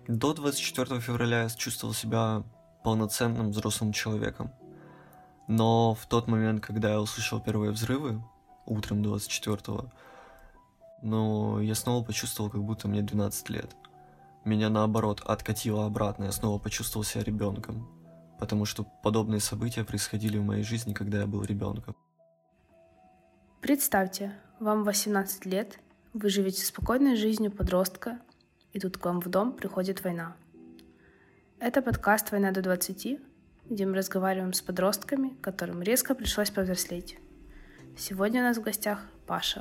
До 24 февраля я чувствовал себя полноценным взрослым человеком. Но в тот момент, когда я услышал первые взрывы, утром 24-го, я снова почувствовал, как будто мне 12 лет. Меня, наоборот, откатило обратно, я снова почувствовал себя ребенком. Потому что подобные события происходили в моей жизни, когда я был ребенком. Представьте, вам 18 лет, вы живете спокойной жизнью подростка, и тут к вам в дом приходит война. Это подкаст «Война до 20», где мы разговариваем с подростками, которым резко пришлось повзрослеть. Сегодня у нас в гостях Паша.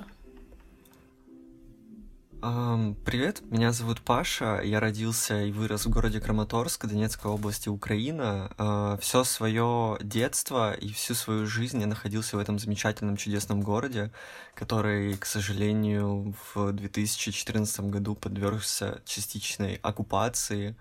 Привет, меня зовут Паша, я родился и вырос в городе Краматорск, Донецкой области, Украина. Все свое детство и всю свою жизнь я находился в этом замечательном, чудесном городе, который, к сожалению, в 2014 году подвергся частичной оккупации.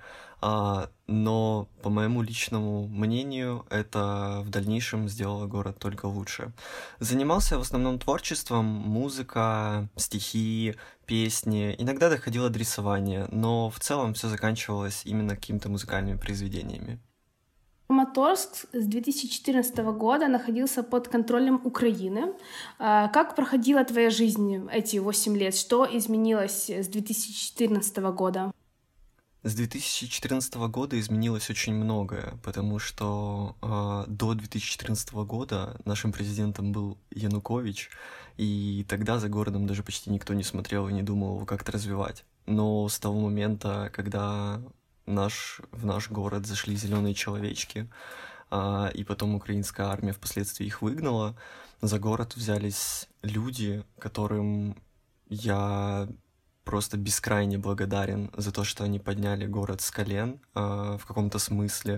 Но, по моему личному мнению, это в дальнейшем сделало город только лучше. Занимался в основном творчеством, музыка, стихи, песни, иногда доходило до рисования, но в целом все заканчивалось именно какими-то музыкальными произведениями. Краматорск с 2014 года находился под контролем Украины. Как проходила твоя жизнь эти 8 лет? Что изменилось с 2014 года? С 2014 года изменилось очень многое, потому что до 2014 года нашим президентом был Янукович, и тогда за городом даже почти никто не смотрел и не думал его как-то развивать. Но с того момента, когда в наш город зашли зеленые человечки, и потом украинская армия впоследствии их выгнала, за город взялись люди, которым я просто бескрайне благодарен за то, что они подняли город с колен в каком-то смысле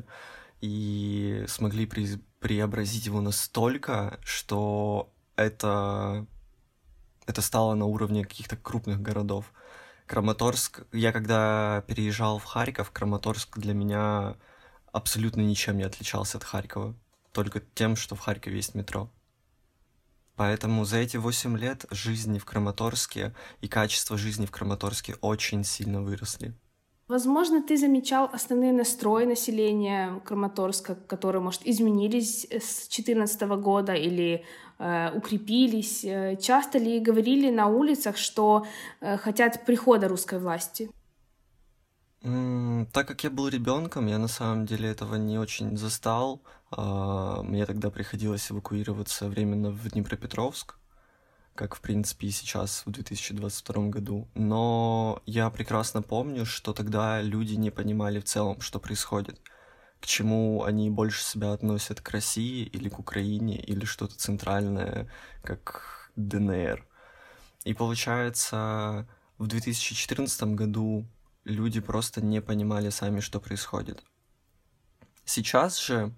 и смогли преобразить его настолько, что это стало на уровне каких-то крупных городов. Краматорск, я когда переезжал в Харьков, Краматорск для меня абсолютно ничем не отличался от Харькова, только тем, что в Харькове есть метро. Поэтому за эти 8 лет жизни в Краматорске и качество жизни в Краматорске очень сильно выросли. Возможно, ты замечал основные настрои населения Краматорска, которые, может, изменились с 2014 года или укрепились. Часто ли говорили на улицах, что хотят прихода русской власти? Так как я был ребенком, я на самом деле этого не очень застал. Мне тогда приходилось эвакуироваться временно в Днепропетровск, как, в принципе, и сейчас, в 2022 году. Но я прекрасно помню, что тогда люди не понимали в целом, что происходит, к чему они больше себя относят, к России или к Украине, или что-то центральное, как ДНР. И получается, в 2014 году люди просто не понимали сами, что происходит. Сейчас же,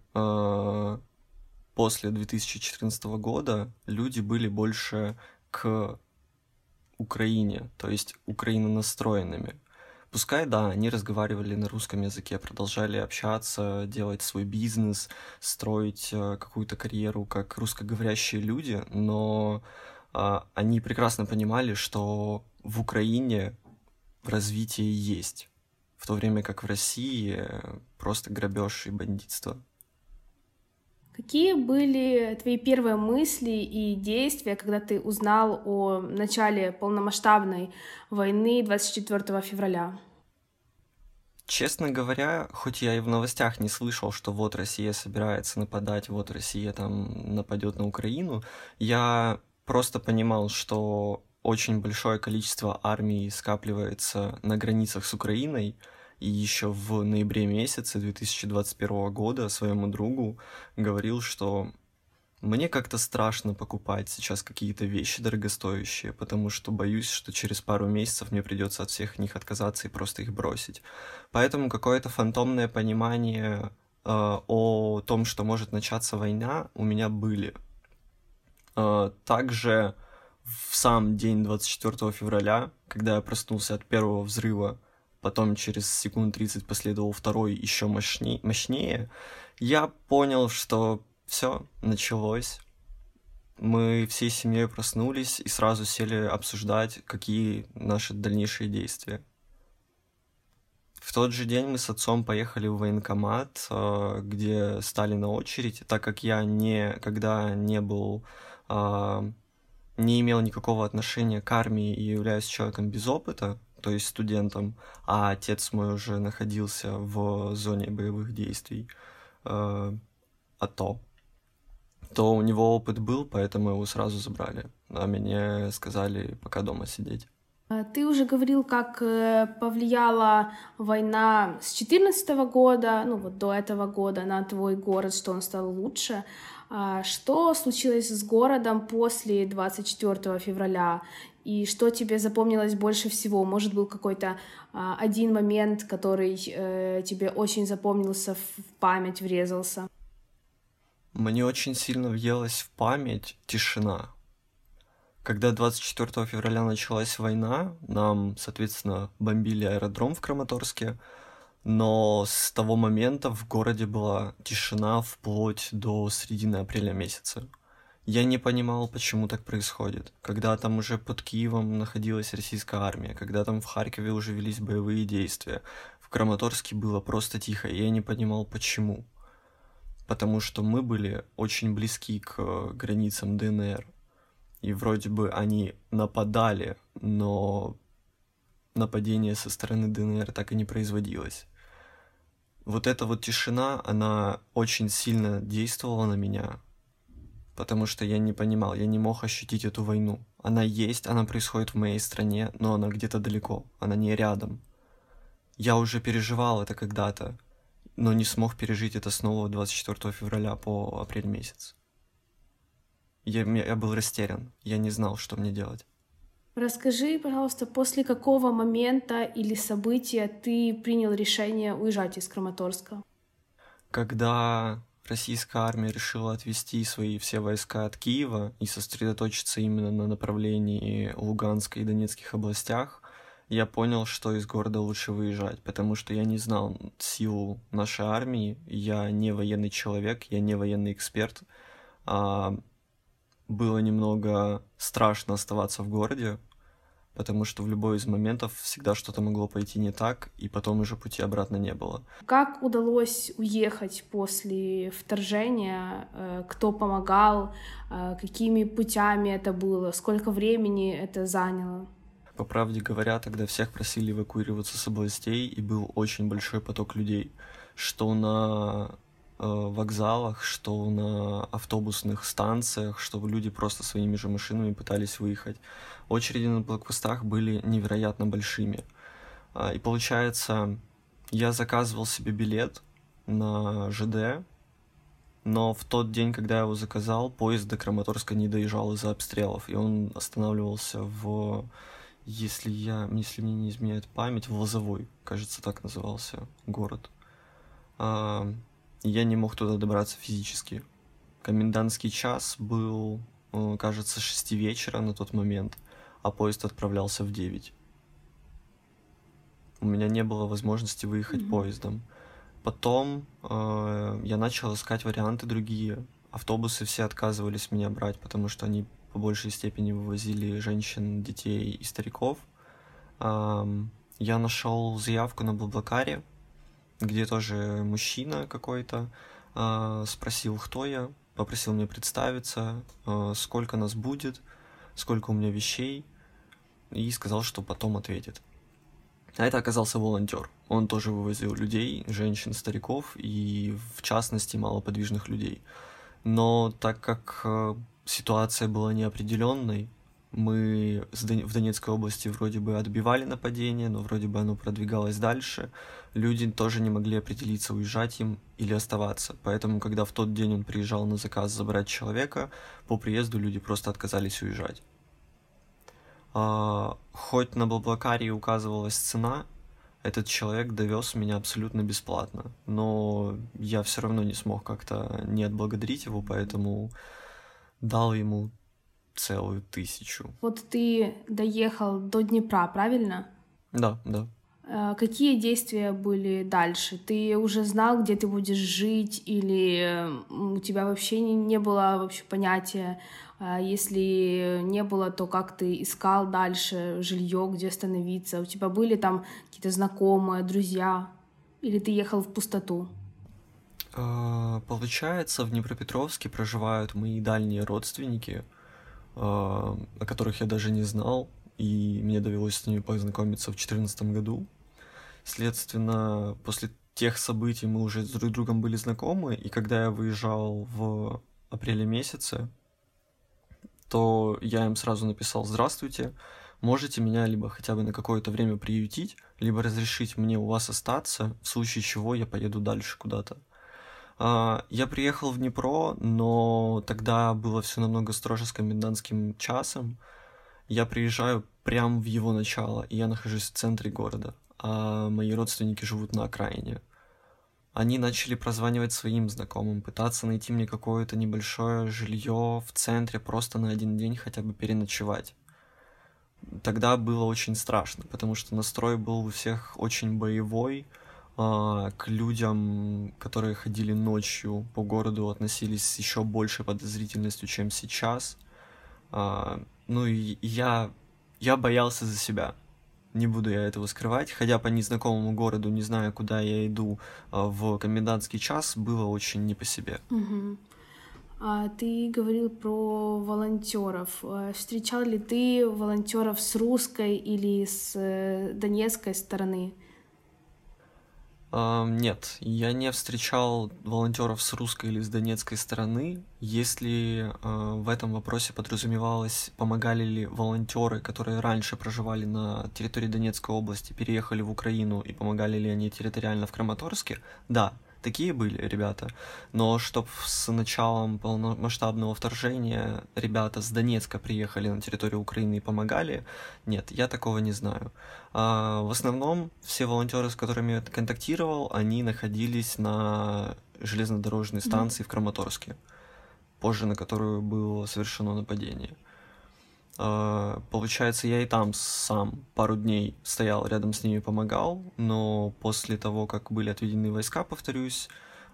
после 2014 года, люди были больше к Украине, то есть украинонастроенными. Пускай, да, они разговаривали на русском языке, продолжали общаться, делать свой бизнес, строить какую-то карьеру как русскоговорящие люди, но они прекрасно понимали, что в Украине развитие есть, в то время как в России просто грабеж и бандитство. Какие были твои первые мысли и действия, когда ты узнал о начале полномасштабной войны 24 февраля? Честно говоря, хоть я и в новостях не слышал, что вот Россия собирается нападать, вот Россия там нападет на Украину, я просто понимал, что очень большое количество армий скапливается на границах с Украиной, и еще в ноябре месяце 2021 года своему другу говорил, что мне как-то страшно покупать сейчас какие-то вещи дорогостоящие, потому что боюсь, что через пару месяцев мне придется от всех них отказаться и просто их бросить. Поэтому какое-то фантомное понимание о том, что может начаться война, у меня были. Также в сам день 24 февраля, когда я проснулся от первого взрыва, потом через секунд 30 последовал второй, еще мощнее, я понял, что все, началось. Мы всей семьей проснулись и сразу сели обсуждать, какие наши дальнейшие действия. В тот же день мы с отцом поехали в военкомат, где стали на очередь, так как я никогда не был, а, не имел никакого отношения к армии и являюсь человеком без опыта, то есть студентом, а отец мой уже находился в зоне боевых действий, АТО, то у него опыт был, поэтому его сразу забрали, а мне сказали пока дома сидеть. Ты уже говорил, как повлияла война с 2014 года, ну вот до этого года, на твой город, что он стал лучше. Что случилось с городом после 24 февраля? И что тебе запомнилось больше всего? Может, был какой-то один момент, который тебе очень запомнился, в память врезался? Мне очень сильно въелась в память тишина. Когда 24 февраля началась война, нам, соответственно, бомбили аэродром в Краматорске, но с того момента в городе была тишина вплоть до середины апреля месяца. Я не понимал, почему так происходит. Когда там уже под Киевом находилась российская армия, когда там в Харькове уже велись боевые действия, в Краматорске было просто тихо, и я не понимал, почему. Потому что мы были очень близки к границам ДНР. И вроде бы они нападали, но нападение со стороны ДНР так и не производилось. Вот эта вот тишина, она очень сильно действовала на меня, потому что я не понимал, я не мог ощутить эту войну. Она есть, она происходит в моей стране, но она где-то далеко, она не рядом. Я уже переживал это когда-то, но не смог пережить это снова 24 февраля по апрель месяц. Я был растерян, я не знал, что мне делать. Расскажи, пожалуйста, после какого момента или события ты принял решение уезжать из Краматорска? Когда российская армия решила отвести свои все войска от Киева и сосредоточиться именно на направлении Луганской и Донецких областях, я понял, что из города лучше выезжать, потому что я не знал силу нашей армии, я не военный человек, я не военный эксперт. Было немного страшно оставаться в городе, потому что в любой из моментов всегда что-то могло пойти не так, и потом уже пути обратно не было. Как удалось уехать после вторжения? Кто помогал? Какими путями это было? Сколько времени это заняло? По правде говоря, тогда всех просили эвакуироваться с областей, и был очень большой поток людей, что на вокзалах, что на автобусных станциях, что люди просто своими же машинами пытались выехать. Очереди на блокпостах были невероятно большими. И получается, я заказывал себе билет на ЖД, но в тот день, когда я его заказал, поезд до Краматорска не доезжал из-за обстрелов, и он останавливался если мне не изменяет память, в Лозовой, кажется, так назывался город. Я не мог туда добраться физически. Комендантский час был, кажется, 6 вечера на тот момент, а поезд отправлялся в 9. У меня не было возможности выехать поездом. Потом я начал искать варианты другие. Автобусы все отказывались меня брать, потому что они по большей степени вывозили женщин, детей и стариков. Я нашел заявку на Блаблакаре, где тоже мужчина какой-то спросил, кто я, попросил мне представиться, сколько нас будет, сколько у меня вещей, и сказал, что потом ответит. А это оказался волонтер. Он тоже вывозил людей, женщин, стариков и, в частности, малоподвижных людей. Но так как ситуация была неопределенной, мы в Донецкой области вроде бы отбивали нападение, но вроде бы оно продвигалось дальше. Люди тоже не могли определиться, уезжать им или оставаться. Поэтому, когда в тот день он приезжал на заказ забрать человека, по приезду люди просто отказались уезжать. Хоть на Блаблакаре указывалась цена, этот человек довез меня абсолютно бесплатно. Но я все равно не смог как-то не отблагодарить его, поэтому дал ему целую 1000. Вот ты доехал до Днепра, правильно? Да. Какие действия были дальше? Ты уже знал, где ты будешь жить, или у тебя вообще не было вообще понятия? Если не было, то как ты искал дальше жилье, где остановиться? У тебя были там какие-то знакомые, друзья? Или ты ехал в пустоту? Получается, в Днепропетровске проживают мои дальние родственники, о которых я даже не знал, и мне довелось с ними познакомиться в 2014 году. Следственно, после тех событий мы уже с друг другом были знакомы, и когда я выезжал в апреле месяце, то я им сразу написал: «Здравствуйте, можете меня либо хотя бы на какое-то время приютить, либо разрешить мне у вас остаться, в случае чего я поеду дальше куда-то». Я приехал в Днепро, но тогда было все намного строже с комендантским часом. Я приезжаю прямо в его начало, и я нахожусь в центре города, а мои родственники живут на окраине. Они начали прозванивать своим знакомым, пытаться найти мне какое-то небольшое жилье в центре просто на один день хотя бы переночевать. Тогда было очень страшно, потому что настрой был у всех очень боевой, к людям, которые ходили ночью по городу, относились с еще большей подозрительностью, чем сейчас. Ну и я боялся за себя. Не буду я этого скрывать. Ходя по незнакомому городу, не зная, куда я иду в комендантский час, было очень не по себе. Ты говорил про волонтеров. Встречал ли ты волонтеров с русской или с донецкой стороны? Нет, я не встречал волонтеров с русской или с донецкой стороны. Если в этом вопросе подразумевалось, помогали ли волонтеры, которые раньше проживали на территории Донецкой области, переехали в Украину, и помогали ли они территориально в Краматорске, да, такие были ребята. Но чтоб с началом полномасштабного вторжения ребята с Донецка приехали на территорию Украины и помогали, нет, я такого не знаю. В основном все волонтеры, с которыми я контактировал, они находились на железнодорожной станции в Краматорске, позже на которую было совершено нападение. Получается, я и там сам пару дней стоял рядом с ними, помогал, но после того, как были отведены войска, повторюсь,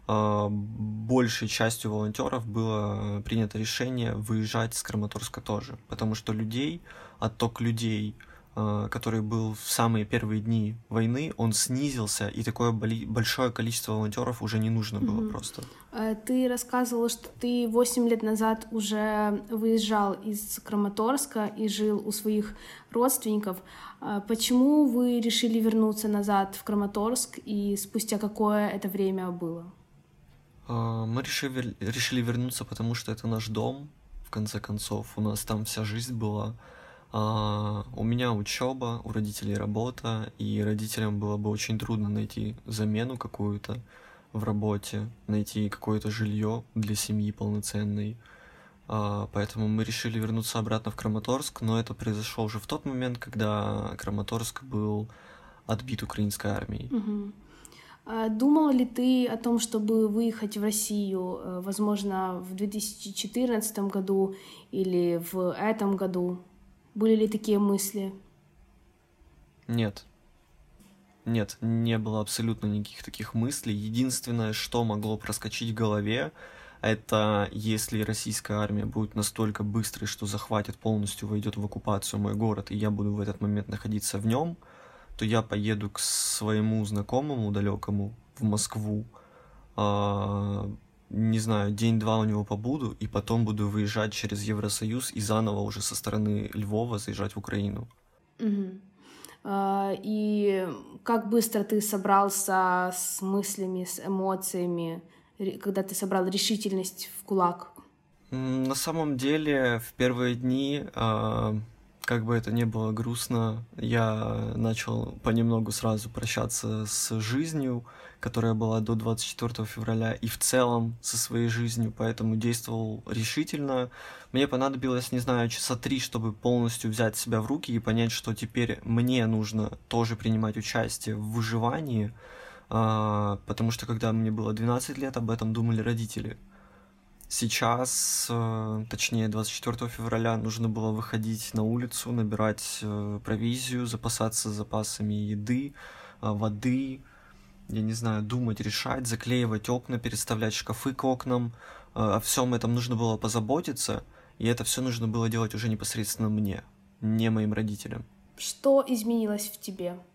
большей частью волонтеров было принято решение выезжать с Краматорска тоже, потому что отток людей, который был в самые первые дни войны, он снизился, и такое большое количество волонтеров уже не нужно было просто. Ты рассказывала, что ты 8 лет назад уже выезжал из Краматорска и жил у своих родственников. Почему вы решили вернуться назад в Краматорск, и спустя какое это время было? Мы решили вернуться, потому что это наш дом, в конце концов. У нас там вся жизнь была. У меня учеба, у родителей работа, и родителям было бы очень трудно найти замену какую-то в работе, найти какое-то жилье для семьи полноценной. Поэтому мы решили вернуться обратно в Краматорск, но это произошло уже в тот момент, когда Краматорск был отбит украинской армией. Думал ли ты о том, чтобы выехать в Россию, возможно, в 2014 году или в этом году? Были ли такие мысли? Нет, не было абсолютно никаких таких мыслей. Единственное, что могло проскочить в голове, это если российская армия будет настолько быстрой, что захватит полностью, войдет в оккупацию мой город, и я буду в этот момент находиться в нем, то я поеду к своему знакомому далекому в Москву, не знаю, день-два у него побуду, и потом буду выезжать через Евросоюз и заново уже со стороны Львова заезжать в Украину. И как быстро ты собрался с мыслями, с эмоциями, когда ты собрал решительность в кулак? На самом деле, в первые дни, как бы это ни было грустно, я начал понемногу сразу прощаться с жизнью, которая была до 24 февраля, и в целом со своей жизнью, поэтому действовал решительно. Мне понадобилось, не знаю, часа 3, чтобы полностью взять себя в руки и понять, что теперь мне нужно тоже принимать участие в выживании, потому что когда мне было 12 лет, об этом думали родители. Сейчас, точнее 24 февраля, нужно было выходить на улицу, набирать провизию, запасаться запасами еды, воды, я не знаю, думать, решать, заклеивать окна, переставлять шкафы к окнам. О всем этом нужно было позаботиться, и это все нужно было делать уже непосредственно мне, не моим родителям. Что изменилось в тебе?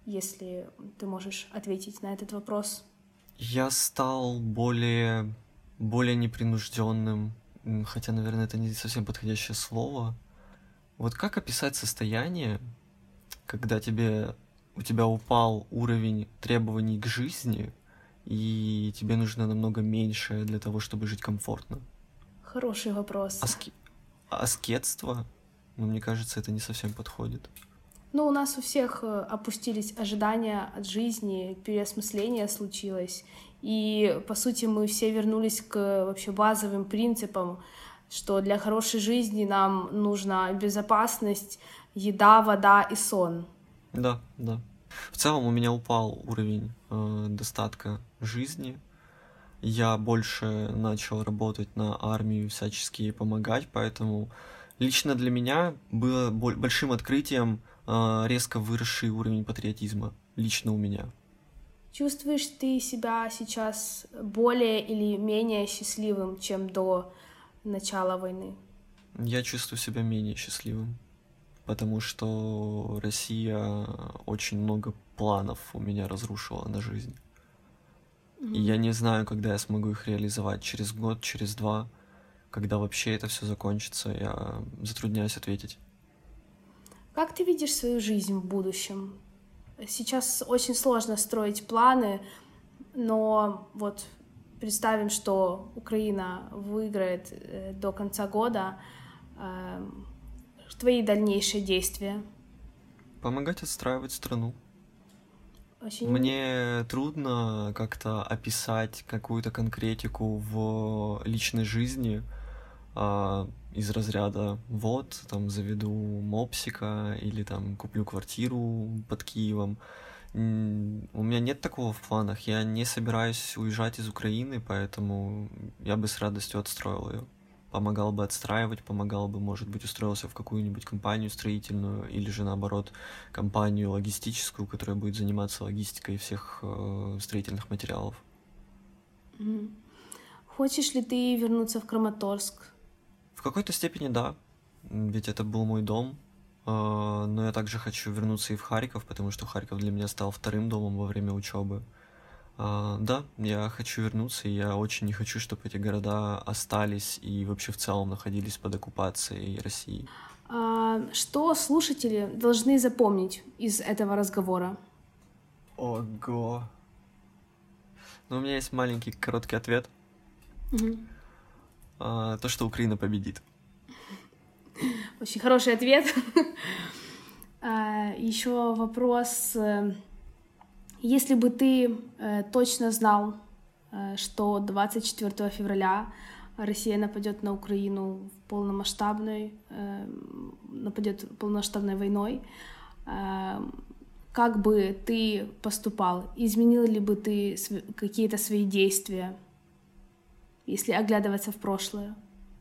если ты можешь ответить на этот вопрос? Я стал более непринужденным, хотя, наверное, это не совсем подходящее слово. Вот как описать состояние, когда у тебя упал уровень требований к жизни, и тебе нужно намного меньше для того, чтобы жить комфортно? Хороший вопрос. Аскетство? Но мне кажется, это не совсем подходит. Ну, у нас у всех опустились ожидания от жизни, переосмысление случилось. И, по сути, мы все вернулись к вообще базовым принципам, что для хорошей жизни нам нужна безопасность, еда, вода и сон. Да, да. В целом у меня упал уровень достатка жизни. Я больше начал работать на армию, всячески ей помогать, поэтому лично для меня было большим открытием резко выросший уровень патриотизма. Лично у меня. Чувствуешь ты себя сейчас более или менее счастливым, чем до начала войны? Я чувствую себя менее счастливым, потому что Россия очень много планов у меня разрушила на жизнь. И я не знаю, когда я смогу их реализовать. Через год, через два, когда вообще это все закончится, я затрудняюсь ответить. Как ты видишь свою жизнь в будущем? Сейчас очень сложно строить планы, но вот представим, что Украина выиграет до конца года. Твои дальнейшие действия? Помогать отстраивать страну. Очень... Мне трудно как-то описать какую-то конкретику в личной жизни из разряда вот, там, заведу мопсика или там куплю квартиру под Киевом. У меня нет такого в планах. Я не собираюсь уезжать из Украины, поэтому я бы с радостью отстроил ее. Помогал бы отстраивать, помогал бы, может быть, устроился в какую-нибудь компанию строительную или же, наоборот, компанию логистическую, которая будет заниматься логистикой всех строительных материалов. Хочешь ли ты вернуться в Краматорск? В какой-то степени да, ведь это был мой дом, но я также хочу вернуться и в Харьков, потому что Харьков для меня стал вторым домом во время учебы. Да, я хочу вернуться, и я очень не хочу, чтобы эти города остались и вообще в целом находились под оккупацией России. Что слушатели должны запомнить из этого разговора? Ого. Ну, у меня есть маленький короткий ответ. То, что Украина победит. Очень хороший ответ. Еще вопрос. Если бы ты точно знал, что 24 февраля Россия нападет на Украину нападет полномасштабной войной, как бы ты поступал? Изменил ли бы ты какие-то свои действия, если оглядываться в прошлое?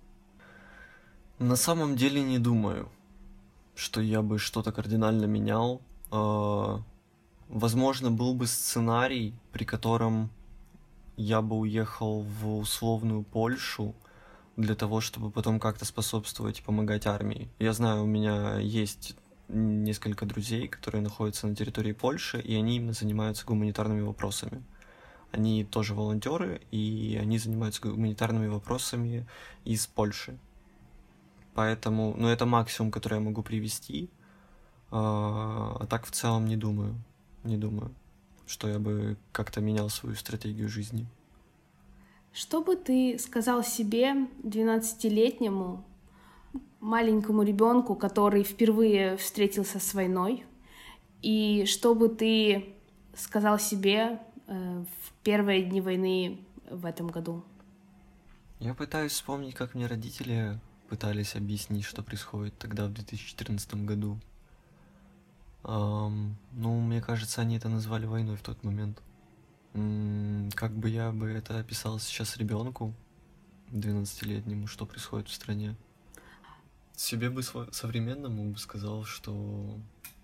На самом деле не думаю, что я бы что-то кардинально менял. Возможно, был бы сценарий, при котором я бы уехал в условную Польшу для того, чтобы потом как-то способствовать и помогать армии. Я знаю, у меня есть несколько друзей, которые находятся на территории Польши, и они именно занимаются гуманитарными вопросами. Они тоже волонтеры, и они занимаются гуманитарными вопросами из Польши. Поэтому, ну, это максимум, который я могу привести. А так в целом не думаю, что я бы как-то менял свою стратегию жизни. Что бы ты сказал себе, 12-летнему маленькому ребенку, который впервые встретился с войной, и что бы ты сказал себе в первые дни войны в этом году? Я пытаюсь вспомнить, как мне родители пытались объяснить, что происходит тогда, в 2014 году. Ну, мне кажется, они это назвали войной в тот момент. Как бы я бы это описал сейчас ребенку 12-летнему, что происходит в стране? Себе бы современному бы сказал, что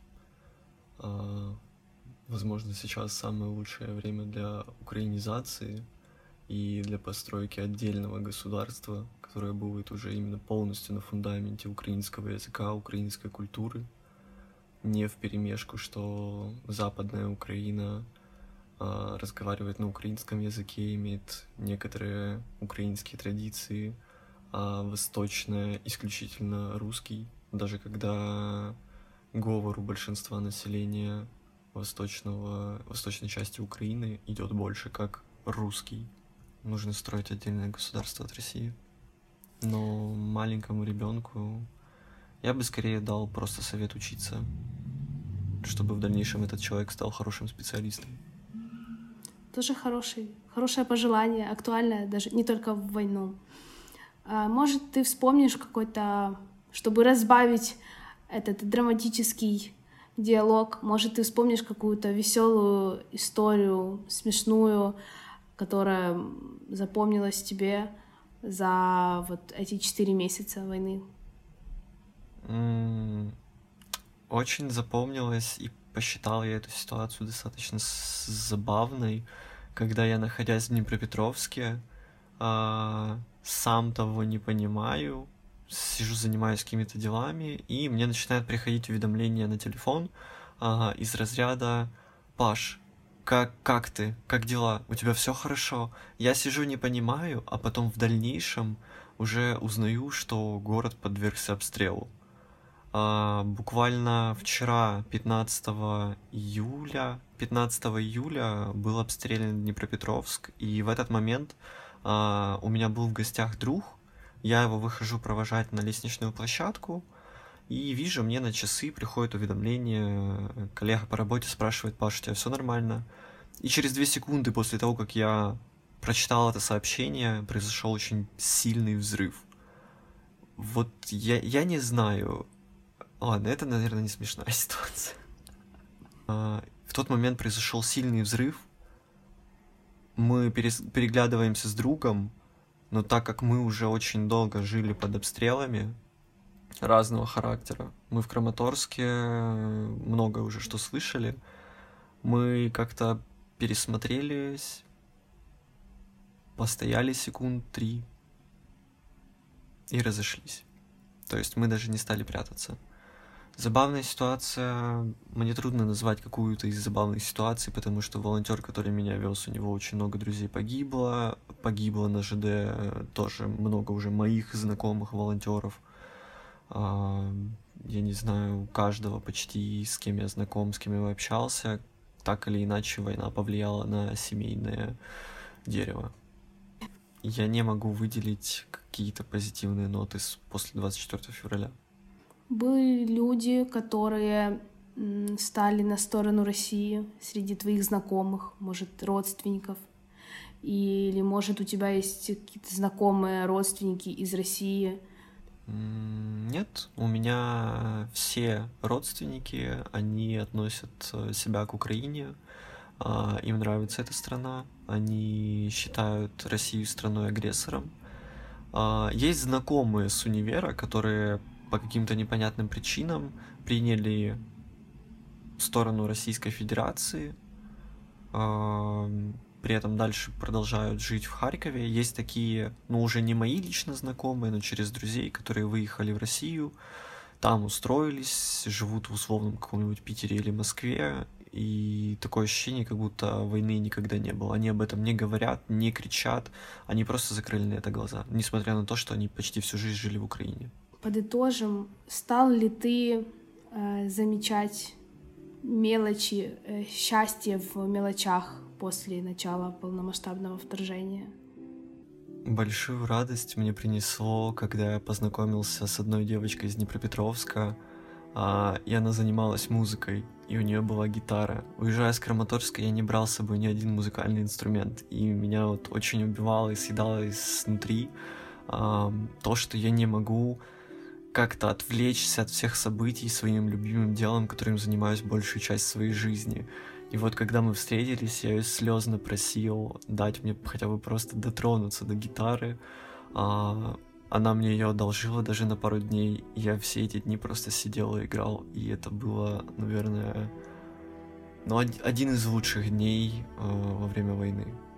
возможно, сейчас самое лучшее время для украинизации и для постройки отдельного государства, которое будет уже именно полностью на фундаменте украинского языка, украинской культуры. не вперемешку, что Западная Украина разговаривает на украинском языке, имеет некоторые украинские традиции, а Восточная исключительно русский, даже когда говор у большинства населения восточной части Украины идет больше как русский. Нужно строить отдельное государство от России. Но маленькому ребенку я бы скорее дал просто совет учиться, чтобы в дальнейшем этот человек стал хорошим специалистом. Тоже хорошее пожелание, актуальное даже не только в войну. Может, ты вспомнишь какой-то, чтобы разбавить этот драматический диалог, может, ты вспомнишь какую-то веселую историю, смешную, которая запомнилась тебе за вот эти 4 месяца войны? Очень запомнилось, и посчитал я эту ситуацию достаточно забавной, когда я, находясь в Днепропетровске, сам того не понимаю, сижу, занимаюсь какими-то делами, и мне начинают приходить уведомления на телефон из разряда: «Паш, как ты? Как дела? У тебя все хорошо?» Я сижу, не понимаю, а потом в дальнейшем уже узнаю, что город подвергся обстрелу. Буквально вчера, 15 июля, был обстрелян Днепропетровск, и в этот момент у меня был в гостях друг, я его выхожу провожать на лестничную площадку, и вижу, мне на часы приходит уведомление, коллега по работе спрашивает: «Паша, у тебя все нормально?» И через 2 секунды после того, как я прочитал это сообщение, произошел очень сильный взрыв. Вот я не знаю. Ладно, это, наверное, не смешная ситуация. В тот момент произошел сильный взрыв. Мы переглядываемся с другом, но так как мы уже очень долго жили под обстрелами разного характера, мы в Краматорске много уже что слышали, мы как-то пересмотрелись, постояли секунд 3 и разошлись. То есть мы даже не стали прятаться. Забавная ситуация, мне трудно назвать какую-то из забавных ситуаций, потому что волонтер, который меня вез, у него очень много друзей погибло на ЖД тоже много уже моих знакомых волонтеров. Я не знаю, у каждого почти, с кем я знаком, с кем я общался, так или иначе война повлияла на семейное дерево. Я не могу выделить какие-то позитивные ноты после 24 февраля. Были люди, которые стали на сторону России среди твоих знакомых, может, родственников? Или, может, у тебя есть какие-то знакомые родственники из России? Нет, у меня все родственники, они относят себя к Украине, им нравится эта страна, они считают Россию страной-агрессором. Есть знакомые с универа, которые по каким-то непонятным причинам приняли сторону Российской Федерации, при этом дальше продолжают жить в Харькове. Есть такие, уже не мои лично знакомые, но через друзей, которые выехали в Россию, там устроились, живут в условном каком-нибудь Питере или Москве, и такое ощущение, как будто войны никогда не было. Они об этом не говорят, не кричат, они просто закрыли на это глаза, несмотря на то, что они почти всю жизнь жили в Украине. Подытожим, стал ли ты замечать мелочи, счастье в мелочах после начала полномасштабного вторжения? Большую радость мне принесло, когда я познакомился с одной девочкой из Днепропетровска, и она занималась музыкой, и у нее была гитара. Уезжая с Краматорска, я не брал с собой ни один музыкальный инструмент, и меня очень убивало и съедало изнутри то, что я не могу как-то отвлечься от всех событий своим любимым делом, которым занимаюсь большую часть своей жизни. И вот когда мы встретились, я ее слезно просил дать мне хотя бы просто дотронуться до гитары. Она мне ее одолжила даже на пару дней. И я все эти дни просто сидел и играл. И это было, наверное, один из лучших дней во время войны.